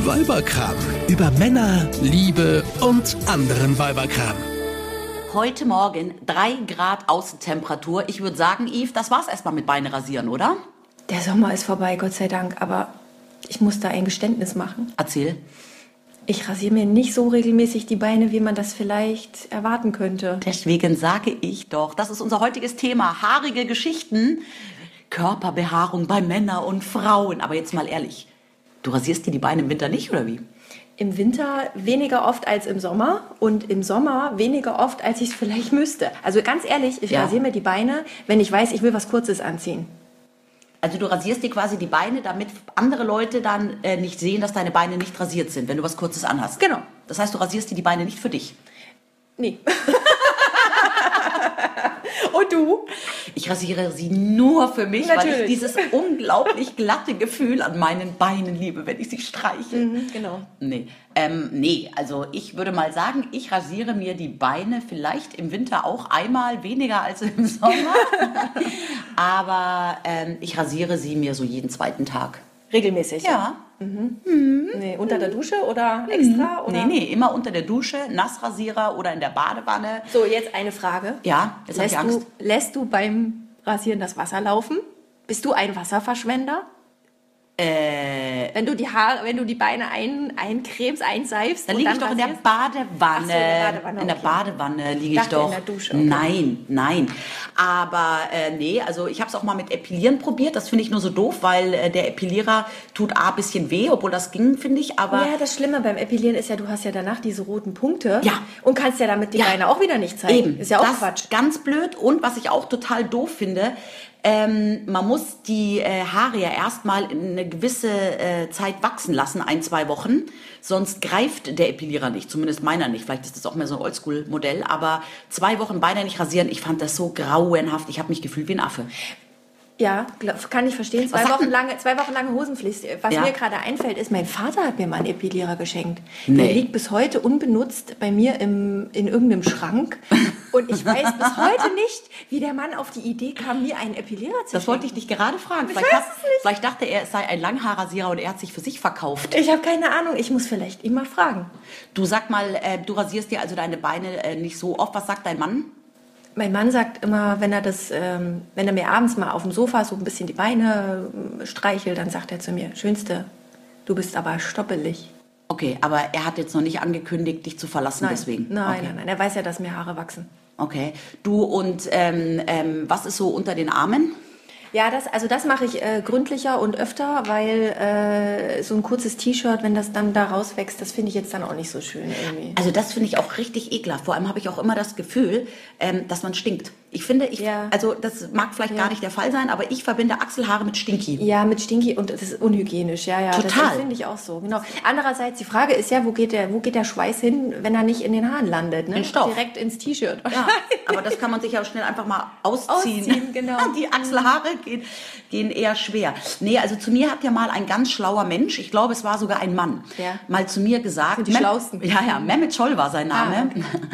Weiberkram. Über Männer, Liebe und anderen Weiberkram. Heute Morgen 3 Grad Außentemperatur. Ich würde sagen, Yves, das war's erstmal mit Beine rasieren, oder? Der Sommer ist vorbei, Gott sei Dank. Aber ich muss da ein Geständnis machen. Erzähl. Ich rasiere mir nicht so regelmäßig die Beine, wie man das vielleicht erwarten könnte. Deswegen sage ich doch, das ist unser heutiges Thema. Haarige Geschichten. Körperbehaarung bei Männern und Frauen. Aber jetzt mal ehrlich, du rasierst dir die Beine im Winter nicht, oder wie? Im Winter weniger oft als im Sommer und im Sommer weniger oft, als ich es vielleicht müsste. Also ganz ehrlich, ich rasiere mir die Beine, wenn ich weiß, ich will was Kurzes anziehen. Also du rasierst dir quasi die Beine, damit andere Leute dann nicht sehen, dass deine Beine nicht rasiert sind, wenn du was Kurzes anhast. Genau. Das heißt, du rasierst dir die Beine nicht für dich. Nee. Und du? Ich rasiere sie nur für mich, Natürlich. weil ich dieses unglaublich glatte Gefühl an meinen Beinen liebe, wenn ich sie streiche. Genau. Nee, also ich würde mal sagen, ich rasiere mir die Beine vielleicht im Winter auch einmal weniger als im Sommer. Aber ich rasiere sie mir so jeden zweiten Tag. Regelmäßig? Ja. Nee, unter der Dusche oder extra? Oder? Nee, immer unter der Dusche, Nassrasierer oder in der Badewanne. So, jetzt eine Frage. Ja, jetzt habe ich Angst. Lässt du beim Rasieren das Wasser laufen? Bist du ein Wasserverschwender? Wenn du die Beine eincremst, einseifst. Da liege ich doch in der Badewanne. Ach so, in der Badewanne, In der okay. Badewanne liege ich Dachte, doch. in der Dusche, okay. Nein. Aber nee, also ich habe es auch mal mit Epilieren probiert. Das finde ich nur so doof, weil der Epilierer tut ein bisschen weh, obwohl das ging, finde ich. Aber Ja, das Schlimme beim Epilieren ist ja, du hast ja danach diese roten Punkte. Ja. Und kannst ja damit die Beine auch wieder nicht zeigen. eben, Ist ja auch das Quatsch. ganz blöd. Und was ich auch total doof finde, man muss die Haare ja erstmal eine gewisse Zeit wachsen lassen, 1-2 Wochen. Sonst greift der Epilierer nicht, zumindest meiner nicht. Vielleicht ist das auch mehr so ein Oldschool-Modell. Aber 2 Wochen Beine nicht rasieren, ich fand das so grauenhaft. Ich habe mich gefühlt wie ein Affe. Ja, kann ich verstehen. 2 Wochen lange Hosenpflicht. Was Ja. mir gerade einfällt, ist, mein Vater hat mir mal einen Epilierer geschenkt. Nee. Der liegt bis heute unbenutzt bei mir in irgendeinem Schrank. Und ich weiß bis heute nicht, wie der Mann auf die Idee kam, mir einen Epilierer zu Das wollte ich schenken. dich gerade fragen. Ich weiß es nicht. Vielleicht dachte er, es sei ein Langhaarrasierer und er hat sich für sich verkauft. Ich habe keine Ahnung. Ich muss vielleicht ihn mal fragen. Du sag mal, du rasierst dir also deine Beine nicht so oft. Was sagt dein Mann? Mein Mann sagt immer, wenn er mir abends mal auf dem Sofa so ein bisschen die Beine streichelt, dann sagt er zu mir, Schönste, du bist aber stoppelig. Okay, aber er hat jetzt noch nicht angekündigt, dich zu verlassen deswegen. Nein. Er weiß ja, dass mir Haare wachsen. Okay. Du und was ist so unter den Armen? Ja, das mache ich gründlicher und öfter, weil so ein kurzes T-Shirt, wenn das dann da rauswächst, das finde ich jetzt dann auch nicht so schön irgendwie. Also das finde ich auch richtig ekelhaft. Vor allem habe ich auch immer das Gefühl, dass man stinkt. Ich finde, also das mag vielleicht gar nicht der Fall sein, aber ich verbinde Achselhaare mit Stinky. Ja, mit Stinky und das ist unhygienisch. Ja, Total. Das finde ich auch so. Genau. Andererseits, die Frage ist ja, wo geht der Schweiß hin, wenn er nicht in den Haaren landet? Ne? In Stoff. Direkt ins T-Shirt. Ja, aber das kann man sich ja schnell einfach mal ausziehen. Ausziehen, genau. Die Achselhaare gehen eher schwer. Nee, also zu mir hat ja mal ein ganz schlauer Mensch, ich glaube, es war sogar ein Mann, mal zu mir gesagt. Das sind die Schlausten. Ja, Mehmet Scholl war sein Name.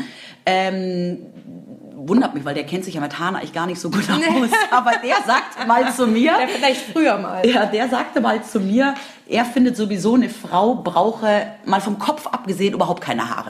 Okay. Wundert mich, weil der kennt sich ja mit Haaren eigentlich gar nicht so gut aus. Aber der sagt mal zu mir. Ja, vielleicht früher mal. Ja, der sagte mal zu mir, er findet sowieso, eine Frau brauche, mal vom Kopf abgesehen, überhaupt keine Haare.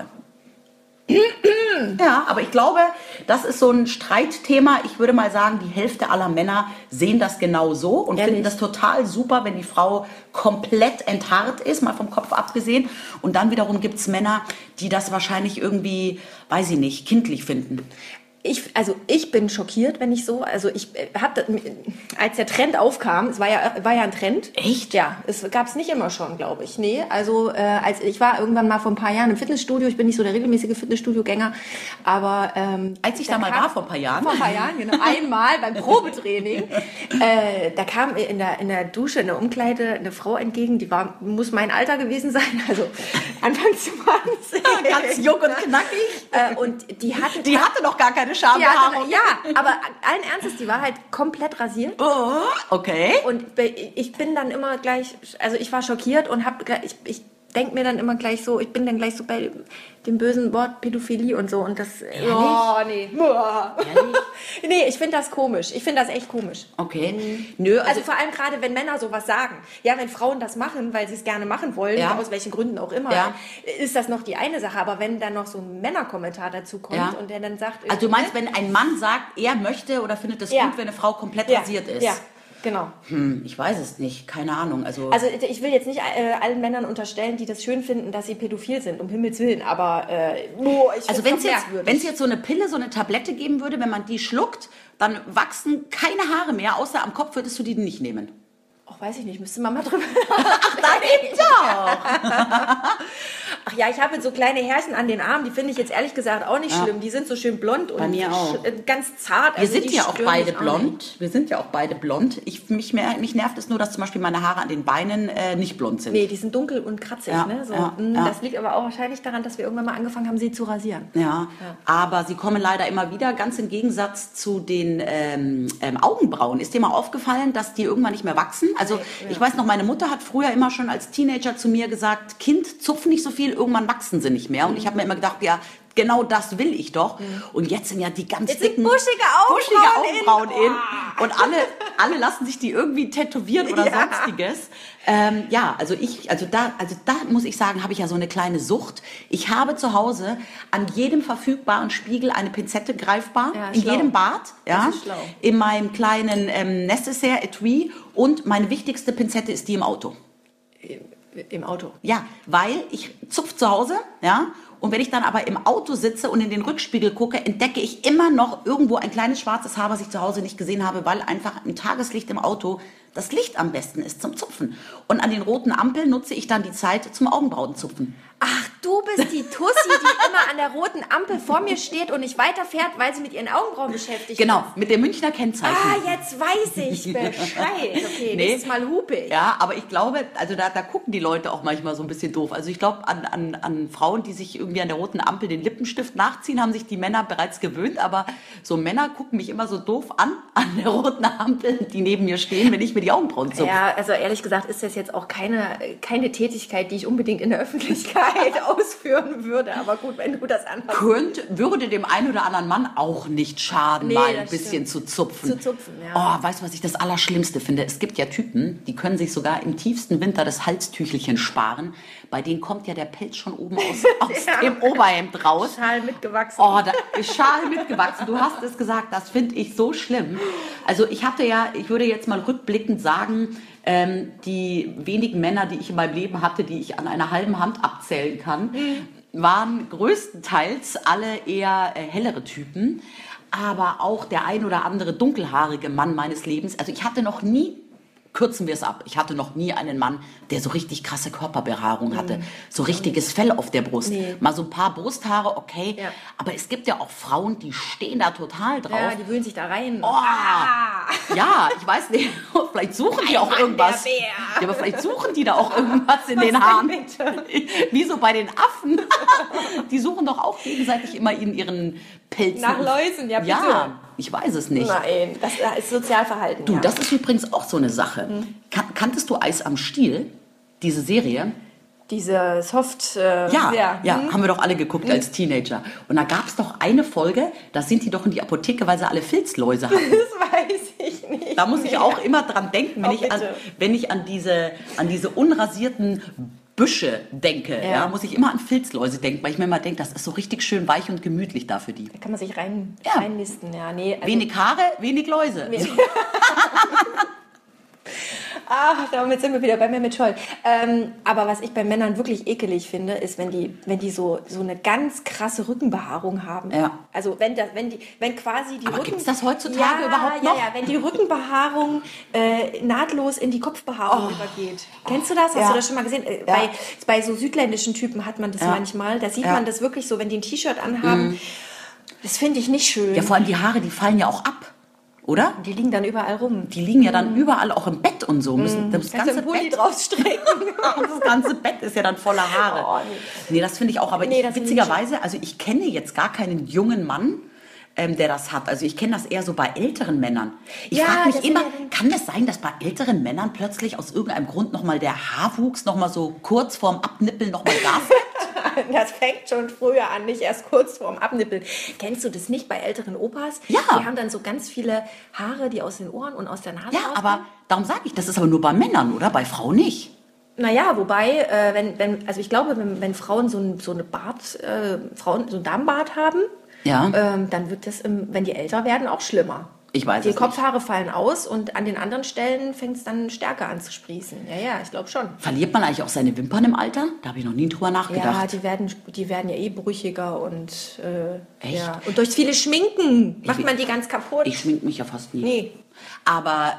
Ja, aber ich glaube, das ist so ein Streitthema. Ich würde mal sagen, die Hälfte aller Männer sehen das genau so und finden das total super, wenn die Frau komplett enthaart ist, mal vom Kopf abgesehen. Und dann wiederum gibt es Männer, die das wahrscheinlich irgendwie, weiß ich nicht, kindlich finden. Ich bin schockiert, wenn ich so, also ich hatte, als der Trend aufkam, es war ja ein Trend. Echt? Ja, es gab es nicht immer schon, glaube ich. Nee, also als ich war irgendwann mal vor ein paar Jahren im Fitnessstudio, ich bin nicht so der regelmäßige Fitnessstudio-Gänger, aber als ich da mal war vor ein paar Jahren. Vor ein paar Jahren, genau, einmal beim Probetraining, da kam in der Dusche, in der Umkleide, eine Frau entgegen, muss mein Alter gewesen sein, also Anfang 20. Ganz jung und knackig. Und die hatte noch gar keine Schambehaarung. Ja, aber allen Ernstes, die war halt komplett rasiert. Oh, okay. Und ich bin dann immer gleich, also ich war schockiert und denke mir dann immer gleich so, ich bin dann gleich so bei dem bösen Wort Pädophilie und so. Und das, nee. Nee, ich finde das komisch. Ich finde das echt komisch. Okay. Nö, also vor allem gerade, wenn Männer sowas sagen. Ja, wenn Frauen das machen, weil sie es gerne machen wollen, aus welchen Gründen auch immer, ist das noch die eine Sache. Aber wenn dann noch so ein Männerkommentar dazu kommt und der dann sagt... Also du meinst, wenn ein Mann sagt, er möchte oder findet es gut, wenn eine Frau komplett rasiert ist? Ja. Genau. Ich weiß es nicht, keine Ahnung. Also ich will jetzt nicht allen Männern unterstellen, die das schön finden, dass sie pädophil sind, um Himmels Willen, aber also wenn es jetzt so eine Pille, so eine Tablette geben würde, wenn man die schluckt, dann wachsen keine Haare mehr, außer am Kopf würdest du die nicht nehmen. Ach, weiß ich nicht, müsste man mal drüber Ach, nein, doch! Ach ja, ich habe so kleine Härchen an den Armen, die finde ich jetzt ehrlich gesagt auch nicht schlimm. Die sind so schön blond und ganz zart. Wir sind ja auch beide blond. Wir sind ja auch beide blond. Mich nervt es nur, dass zum Beispiel meine Haare an den Beinen nicht blond sind. Nee, die sind dunkel und kratzig. Ne? So. Das liegt aber auch wahrscheinlich daran, dass wir irgendwann mal angefangen haben, sie zu rasieren. Ja, aber sie kommen leider immer wieder, ganz im Gegensatz zu den Augenbrauen. Ist dir mal aufgefallen, dass die irgendwann nicht mehr wachsen? Also ich weiß noch, meine Mutter hat früher immer schon als Teenager zu mir gesagt, Kind, zupf nicht so viel, irgendwann wachsen sie nicht mehr. Und ich habe mir immer gedacht, ja, genau das will ich doch. Und jetzt sind ja die ganz dicken, buschige Augenbrauen in. Und alle lassen sich die irgendwie tätowieren oder sonstiges. Da muss ich sagen, habe ich ja so eine kleine Sucht. Ich habe zu Hause an jedem verfügbaren Spiegel eine Pinzette greifbar, in jedem Bad, Das ist schlau. In meinem kleinen Necessaire Etui, und meine wichtigste Pinzette ist die im Auto. Im Auto? Ja, weil ich zupf zu Hause, und wenn ich dann aber im Auto sitze und in den Rückspiegel gucke, entdecke ich immer noch irgendwo ein kleines schwarzes Haar, was ich zu Hause nicht gesehen habe, weil einfach im Tageslicht im Auto das Licht am besten ist zum Zupfen. Und an den roten Ampeln nutze ich dann die Zeit zum Augenbrauenzupfen. Ach, du bist die Tussi, die immer an der roten Ampel vor mir steht und nicht weiterfährt, weil sie mit ihren Augenbrauen beschäftigt Genau, mit dem Münchner Kennzeichen. Ah, jetzt weiß ich Bescheid. Okay, nächstes Mal hupe ich. Ja, aber ich glaube, also da gucken die Leute auch manchmal so ein bisschen doof. Also ich glaube, an Frauen, die sich irgendwie an der roten Ampel den Lippenstift nachziehen, haben sich die Männer bereits gewöhnt. Aber so Männer gucken mich immer so doof an der roten Ampel, die neben mir stehen, wenn ich mir die Augenbrauen zupfe. Ja, also ehrlich gesagt ist das jetzt auch keine Tätigkeit, die ich unbedingt in der Öffentlichkeit ausführen würde. Aber gut, wenn du das anhast. Würde dem einen oder anderen Mann auch nicht schaden, mal ein bisschen zu zupfen. Oh, weißt du, was ich das Allerschlimmste finde? Es gibt ja Typen, die können sich sogar im tiefsten Winter das Halstüchelchen sparen. Bei denen kommt ja der Pelz schon oben aus dem Oberhemd raus. Schal mitgewachsen. Oh, da ist Schal mitgewachsen. Du hast es gesagt, das finde ich so schlimm. Also ich würde jetzt mal rückblickend sagen, die wenigen Männer, die ich in meinem Leben hatte, die ich an einer halben Hand abzählen kann, waren größtenteils alle eher hellere Typen, aber auch der ein oder andere dunkelhaarige Mann meines Lebens. Also ich hatte noch nie, kürzen wir es ab, ich hatte noch nie einen Mann, der so richtig krasse Körperbehaarung hatte, so richtiges Fell auf der Brust. Mal so ein paar Brusthaare, okay, aber es gibt ja auch Frauen, die stehen da total drauf. Ja, die wühlen sich da rein. Oh. Ja, ich weiß nicht, vielleicht suchen die auch irgendwas. Ja, aber vielleicht suchen die da auch irgendwas in den Haaren. Wie so bei den Affen. Die suchen doch auch gegenseitig immer in ihren Pelzen. Nach Läusen, ja bitte. Ja, ich weiß es nicht. Nein, das ist Sozialverhalten. Du, das ist übrigens auch so eine Sache. Kanntest du Eis am Stiel, diese Serie? Diese Soft... Ja, haben wir doch alle geguckt als Teenager. Und da gab es doch eine Folge, da sind die doch in die Apotheke, weil sie alle Filzläuse hatten. Das weiß ich nicht. Da muss ich auch immer dran denken, wenn ich an diese unrasierten Büsche denke, muss ich immer an Filzläuse denken, weil ich mir immer denke, das ist so richtig schön weich und gemütlich da für die. Da kann man sich reinlisten. Ja, nee, also wenig Haare, wenig Läuse. Ach, damit sind wir wieder bei Mehmet Scholl. Aber was ich bei Männern wirklich ekelig finde, ist, wenn die so eine ganz krasse Rückenbehaarung haben. Ja. Also wenn quasi die Aber gibt's das heutzutage überhaupt noch? Ja, wenn die Rückenbehaarung nahtlos in die Kopfbehaarung übergeht. Kennst du das? Hast du das schon mal gesehen? Bei so südländischen Typen hat man das manchmal. Da sieht man das wirklich so, wenn die ein T-Shirt anhaben. Das finde ich nicht schön. Ja, vor allem die Haare, die fallen ja auch ab. Oder? Die liegen dann überall rum. Die liegen ja dann überall auch im Bett und so. Das ganze Pulli draufstrecken. Das ganze Bett ist ja dann voller Haare. Nee, das finde ich auch. Aber witzigerweise, also ich kenne jetzt gar keinen jungen Mann, der das hat. Also ich kenne das eher so bei älteren Männern. Ich Ja, frage das mich immer, sind ja kann das sein, dass bei älteren Männern plötzlich aus irgendeinem Grund nochmal der Haarwuchs nochmal so kurz vorm Abnippeln nochmal Gas gibt? Das fängt schon früher an, nicht erst kurz vorm Abnippeln. Kennst du das nicht bei älteren Opas? Ja. Die haben dann so ganz viele Haare, die aus den Ohren und aus der Nase Ja, rauskommen. aber darum sage ich, das ist aber nur bei Männern, oder? Bei Frauen nicht. Naja, wobei, also ich glaube, wenn Frauen so ein Darmbart haben, Ja. dann wird das, wenn die älter werden, auch schlimmer. Ich weiß Die es Kopfhaare fallen aus und an den anderen Stellen fängt es dann stärker an zu sprießen. Ja, ich glaube schon. nicht. Verliert man eigentlich auch seine Wimpern im Alter? Da habe ich noch nie drüber Ja, nachgedacht. die werden ja eh brüchiger und Echt? ja. Und durch viele Schminken macht Ich- man die ganz kaputt. Ich schmink mich ja fast nie. Nee. Aber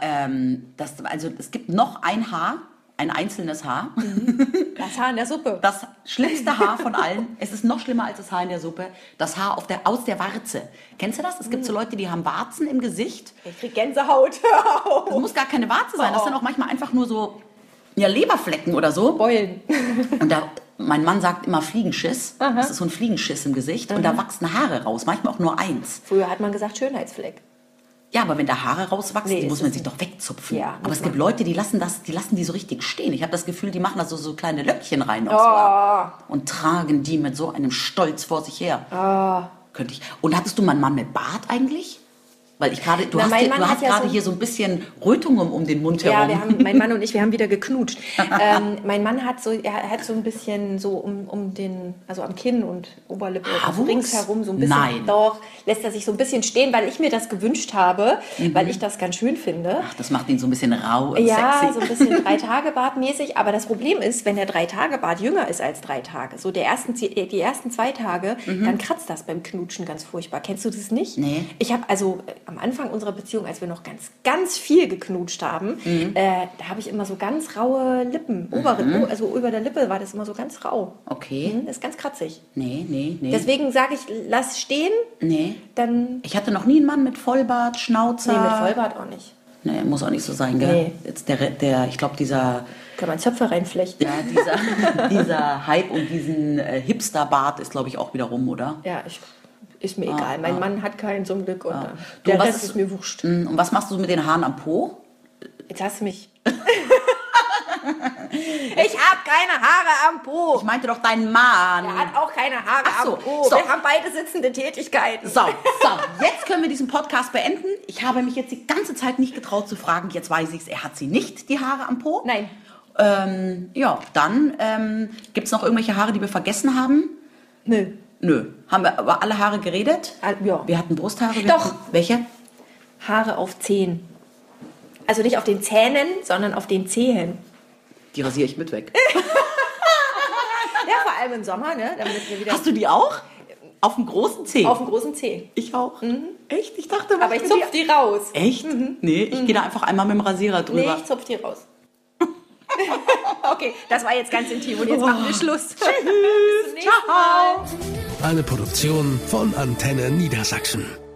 es gibt noch ein Haar, ein einzelnes Haar. Das Haar in der Suppe. Das schlimmste Haar von allen. Es ist noch schlimmer als das Haar in der Suppe. Das Haar aus der Warze. Kennst du das? Es gibt so Leute, die haben Warzen im Gesicht. Ich krieg Gänsehaut. Hör auf. Das muss gar keine Warze sein. Das sind auch manchmal einfach nur so Leberflecken oder so. Beulen. Und mein Mann sagt immer Fliegenschiss. Das ist so ein Fliegenschiss im Gesicht. Und da wachsen Haare raus. Manchmal auch nur eins. Früher hat man gesagt Schönheitsfleck. Ja, aber wenn da Haare rauswachsen, Nee, die ist muss man es sich doch wegzupfen. Ja, aber muss es gibt man. Leute, die lassen die so richtig stehen. Ich habe das Gefühl, die machen da so kleine Löckchen rein. Und tragen die mit so einem Stolz vor sich her. Könnte ich. Und hattest du mal einen Mann mit Bart eigentlich? Weil du mein Mann hast hat ja gerade so- hier so ein bisschen Rötungen um den Mund Ja, herum. mein Mann und ich, wir haben wieder geknutscht. Mein Mann hat so ein bisschen so also am Kinn und Oberlippe, also Haarwuchs? ringsherum so ein bisschen. Nein. Doch, lässt er sich so ein bisschen stehen, weil ich mir das gewünscht habe, weil ich das ganz schön finde. Ach, das macht ihn so ein bisschen rau und Ja, sexy. so ein bisschen 3-Tage-Bart mäßig. Aber das Problem ist, wenn der 3-Tage-Bart jünger ist als 3 Tage, so die ersten 2 Tage, dann kratzt das beim Knutschen ganz furchtbar. Kennst du das nicht? Nee. Ich habe also am Anfang unserer Beziehung, als wir noch ganz, ganz viel geknutscht haben, da habe ich immer so ganz raue Lippen. Also über der Lippe war das immer so ganz rau. Okay. Das ist ganz kratzig. Nee. Deswegen sage ich, lass stehen, Nee. dann... Ich hatte noch nie einen Mann mit Vollbart, Schnauzer. Nee, mit Vollbart auch nicht. Nee, muss auch nicht so sein, gell? Nee. Jetzt ich glaube, dieser Kann man Zöpfe reinflechten. dieser Hype um diesen Hipster-Bart ist, glaube ich, auch wieder rum, oder? Ja, ist mir egal. Mein Mann hat keinen zum Glück und Du, der was Rest ist mir wurscht. Und was machst du mit den Haaren am Po? Jetzt hast du mich. Ich habe keine Haare am Po. Ich meinte doch deinen Mann. Er hat auch keine Haare Ach so, am Po. so. Wir haben beide sitzende Tätigkeiten. So, jetzt können wir diesen Podcast beenden. Ich habe mich jetzt die ganze Zeit nicht getraut zu fragen. Jetzt weiß ich es, er hat sie nicht, die Haare am Po. Nein. Ja, dann gibt es noch irgendwelche Haare, die wir vergessen haben? Nö. Nö. Haben wir über alle Haare geredet? Ja. Wir hatten Brusthaare. Doch. Welche? Haare auf Zehen. Also nicht auf den Zähnen, sondern auf den Zehen. Die rasiere ich mit weg. Ja, vor allem im Sommer, ne? Damit wir wieder Hast du die auch? Auf dem großen Zeh? auf dem großen Zeh. Ich auch. Echt? Ich dachte, Aber ich zupf die raus. Echt? Nee, ich gehe da einfach einmal mit dem Rasierer Nee, drüber. ich zupf die raus. Okay, das war jetzt ganz intim und jetzt machen wir Schluss. Tschüss. Bis zum nächsten Mal. Ciao. Eine Produktion von Antenne Niedersachsen.